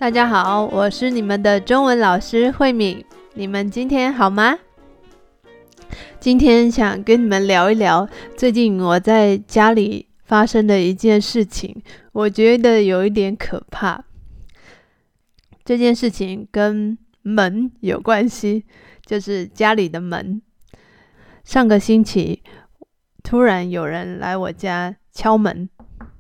大家好，我是你们的中文老师慧敏，你们今天好吗？今天想跟你们聊一聊最近我在家里发生的一件事情，我觉得有一点可怕。这件事情跟门有关系，就是家里的门。上个星期突然有人来我家敲门，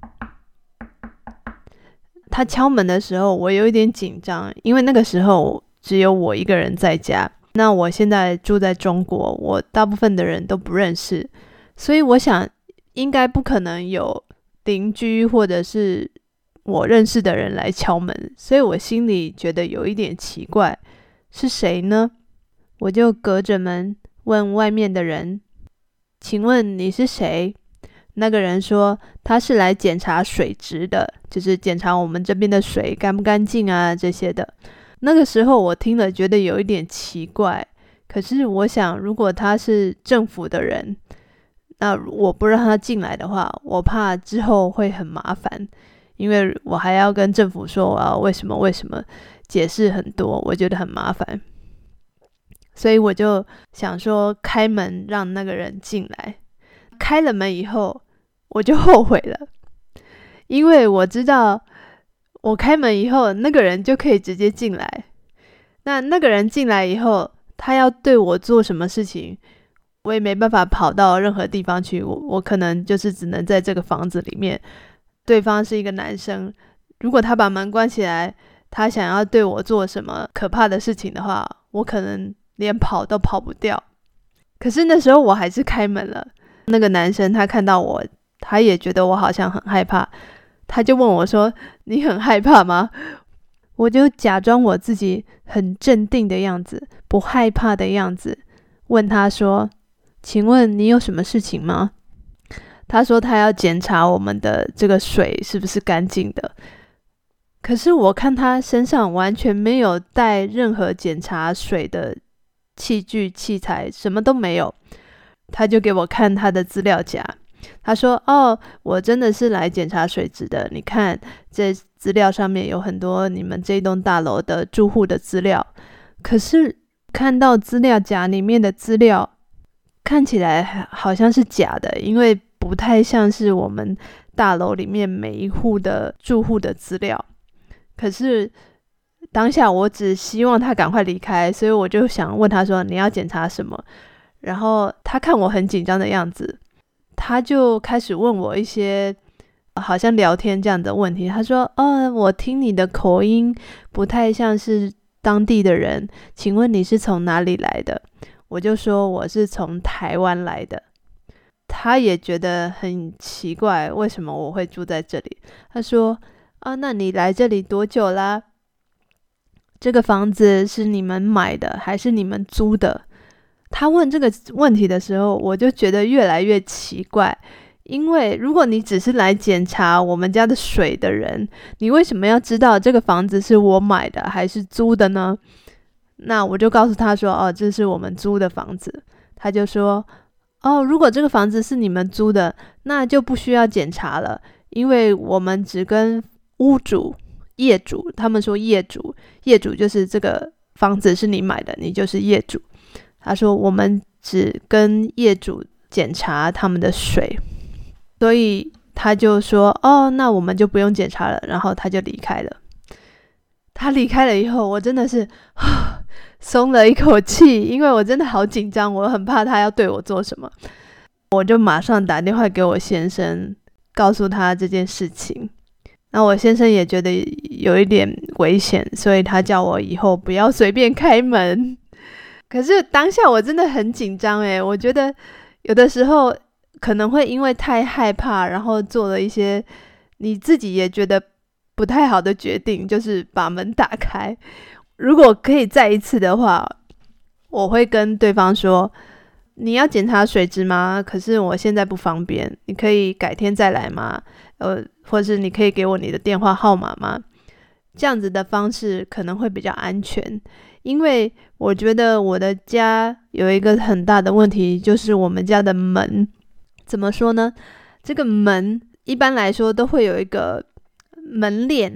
他敲门的时候我有一点紧张，因为那个时候只有我一个人在家。那我现在住在中国，我大部分的人都不认识，所以我想应该不可能有邻居或者是我认识的人来敲门，所以我心里觉得有一点奇怪，是谁呢？我就隔着门问外面的人，请问你是谁？那个人说他是来检查水质的，就是检查我们这边的水干不干净啊这些的。那个时候我听了觉得有一点奇怪，可是我想如果他是政府的人，那我不让他进来的话，我怕之后会很麻烦，因为我还要跟政府说为什么解释很多，我觉得很麻烦。所以我就想说开门让那个人进来。开了门以后我就后悔了，因为我知道我开门以后那个人就可以直接进来，那个人进来以后他要对我做什么事情，我也没办法跑到任何地方去，我可能就是只能在这个房子里面。对方是一个男生，如果他把门关起来，他想要对我做什么可怕的事情的话，我可能连跑都跑不掉。可是那时候我还是开门了，那个男生他看到我，他也觉得我好像很害怕，他就问我说，你很害怕吗？我就假装我自己很镇定的样子，不害怕的样子，问他说，请问你有什么事情吗？他说他要检查我们的这个水是不是干净的，可是我看他身上完全没有带任何检查水的器具器材，什么都没有。他就给我看他的资料夹，他说我真的是来检查水质的，你看这资料上面有很多你们这栋大楼的住户的资料，可是看到资料夹里面的资料看起来好像是假的，因为不太像是我们大楼里面每一户的住户的资料。可是当下我只希望他赶快离开，所以我就想问他说，你要检查什么？然后他看我很紧张的样子，他就开始问我一些好像聊天这样的问题。他说我听你的口音不太像是当地的人，请问你是从哪里来的？我就说我是从台湾来的。他也觉得很奇怪，为什么我会住在这里？他说那你来这里多久啦？这个房子是你们买的还是你们租的？他问这个问题的时候，我就觉得越来越奇怪，因为如果你只是来检查我们家的水的人，你为什么要知道这个房子是我买的还是租的呢？那我就告诉他说这是我们租的房子。他就说如果这个房子是你们租的，那就不需要检查了，因为我们只跟屋主业主，他们说业主就是这个房子是你买的，你就是业主。他说我们只跟业主检查他们的水，所以他就说那我们就不用检查了，然后他就离开了。他离开了以后，我真的是松了一口气，因为我真的好紧张，我很怕他要对我做什么。我就马上打电话给我先生，告诉他这件事情。那我先生也觉得有一点危险，所以他叫我以后不要随便开门。可是当下我真的很紧张我觉得有的时候可能会因为太害怕，然后做了一些你自己也觉得不太好的决定，就是把门打开。如果可以再一次的话，我会跟对方说，你要检查水质吗？可是我现在不方便，你可以改天再来吗？或是你可以给我你的电话号码吗？这样子的方式可能会比较安全。因为我觉得我的家有一个很大的问题，就是我们家的门。怎么说呢？这个门一般来说都会有一个门链，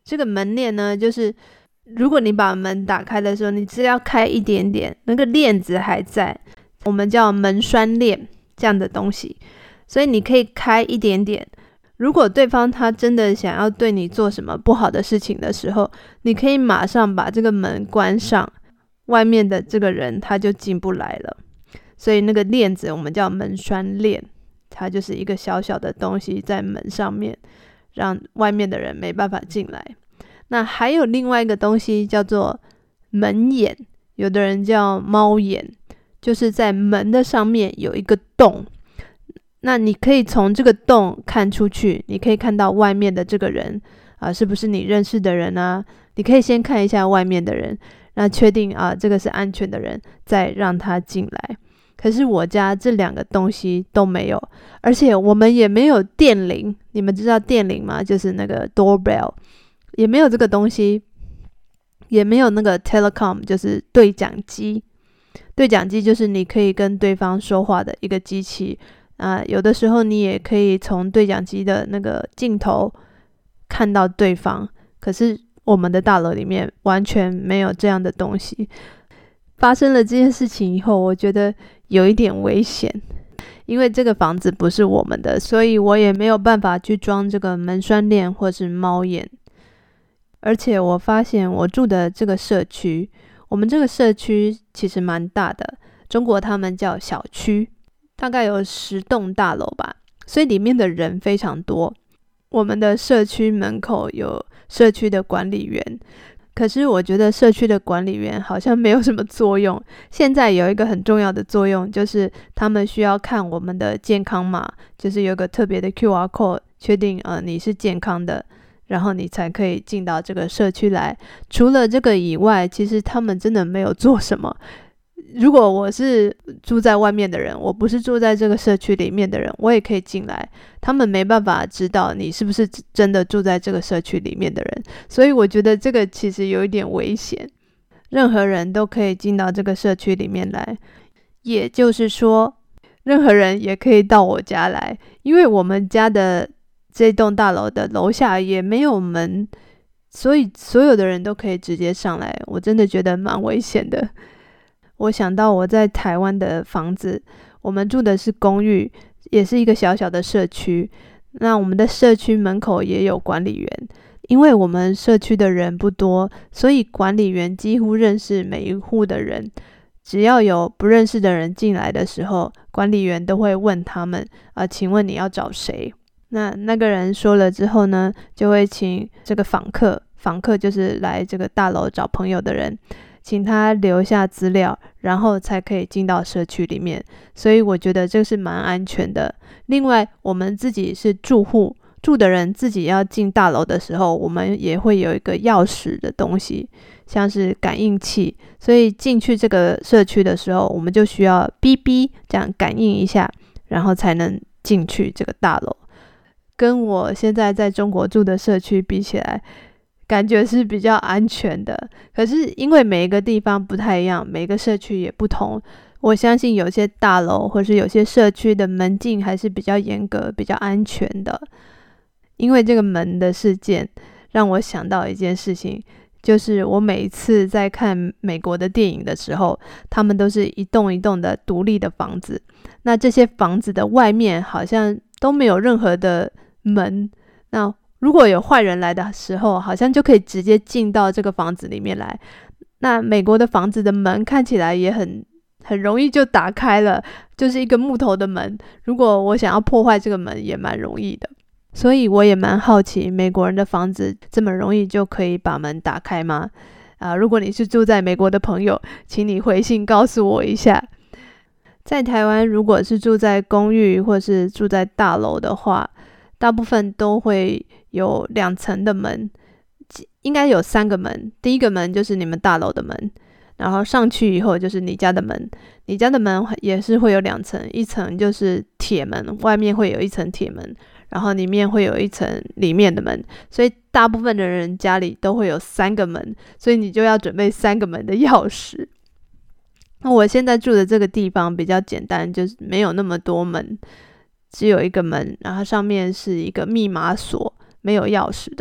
这个门链呢，就是如果你把门打开的时候，你只要开一点点，那个链子还在，我们叫门栓链这样的东西，所以你可以开一点点。如果对方他真的想要对你做什么不好的事情的时候，你可以马上把这个门关上，外面的这个人他就进不来了。所以那个链子我们叫门栓链，它就是一个小小的东西在门上面，让外面的人没办法进来。那还有另外一个东西叫做门眼，有的人叫猫眼，就是在门的上面有一个洞，那你可以从这个洞看出去，你可以看到外面的这个人是不是你认识的人啊？你可以先看一下外面的人，那确定这个是安全的人，再让他进来。可是我家这两个东西都没有，而且我们也没有电铃。你们知道电铃吗？就是那个 doorbell， 也没有这个东西，也没有那个 telecom， 就是对讲机。对讲机就是你可以跟对方说话的一个机器。有的时候你也可以从对讲机的那个镜头看到对方，可是我们的大楼里面完全没有这样的东西。发生了这件事情以后，我觉得有一点危险，因为这个房子不是我们的，所以我也没有办法去装这个门栓链或是猫眼。而且我发现我住的这个社区，我们这个社区其实蛮大的，中国他们叫小区，大概有10栋大楼吧，所以里面的人非常多。我们的社区门口有社区的管理员，可是我觉得社区的管理员好像没有什么作用。现在有一个很重要的作用，就是他们需要看我们的健康码，就是有个特别的 QR code， 确定你是健康的，然后你才可以进到这个社区来。除了这个以外，其实他们真的没有做什么。如果我是住在外面的人，我不是住在这个社区里面的人，我也可以进来。他们没办法知道你是不是真的住在这个社区里面的人，所以我觉得这个其实有一点危险。任何人都可以进到这个社区里面来，也就是说，任何人也可以到我家来，因为我们家的这栋大楼的楼下也没有门，所以所有的人都可以直接上来。我真的觉得蛮危险的。我想到我在台湾的房子，我们住的是公寓，也是一个小小的社区。那我们的社区门口也有管理员，因为我们社区的人不多，所以管理员几乎认识每一户的人。只要有不认识的人进来的时候，管理员都会问他们请问你要找谁？那个人说了之后呢，就会请这个访客就是来这个大楼找朋友的人，请他留下资料，然后才可以进到社区里面。所以我觉得这是蛮安全的。另外，我们自己是住户，住的人自己要进大楼的时候，我们也会有一个钥匙的东西，像是感应器。所以进去这个社区的时候，我们就需要哔哔这样感应一下，然后才能进去这个大楼。跟我现在在中国住的社区比起来，感觉是比较安全的。可是因为每一个地方不太一样，每个社区也不同，我相信有些大楼或是有些社区的门禁还是比较严格，比较安全的。因为这个门的事件让我想到一件事情，就是我每一次在看美国的电影的时候，他们都是一栋一栋的独立的房子，那这些房子的外面好像都没有任何的门，那如果有坏人来的时候，好像就可以直接进到这个房子里面来。那美国的房子的门看起来也很容易就打开了，就是一个木头的门，如果我想要破坏这个门也蛮容易的。所以我也蛮好奇，美国人的房子这么容易就可以把门打开吗？如果你是住在美国的朋友，请你回信告诉我一下。在台湾，如果是住在公寓或是住在大楼的话，大部分都会有2层的门，应该有3个门。第一个门就是你们大楼的门，然后上去以后就是你家的门。你家的门也是会有2层，一层就是铁门，外面会有一层铁门，然后里面会有一层里面的门。所以大部分的人家里都会有3个门，所以你就要准备3个门的钥匙。那我现在住的这个地方比较简单，就是没有那么多门，只有一个门，然后上面是一个密码锁，没有钥匙的。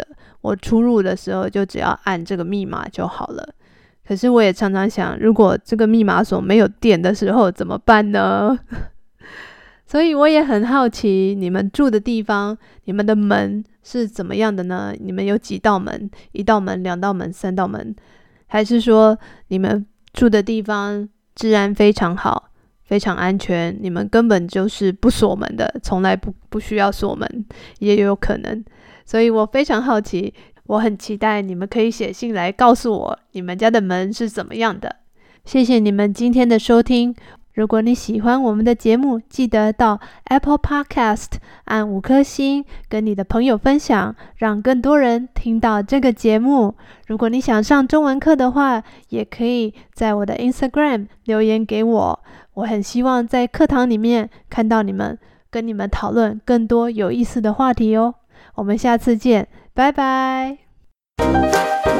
我出入的时候就只要按这个密码就好了。可是我也常常想，如果这个密码锁没有电的时候怎么办呢？所以我也很好奇，你们住的地方，你们的门是怎么样的呢？你们有几道门？1道门、2道门、3道门？还是说你们住的地方治安非常好，非常安全，你们根本就是不锁门的，从来不需要锁门，也有可能。所以我非常好奇，我很期待你们可以写信来告诉我你们家的门是怎么样的。谢谢你们今天的收听。如果你喜欢我们的节目，记得到 Apple Podcast 按5颗星，跟你的朋友分享，让更多人听到这个节目。如果你想上中文课的话，也可以在我的 Instagram 留言给我，我很希望在课堂里面看到你们，跟你们讨论更多有意思的话题哦。我们下次见，拜拜。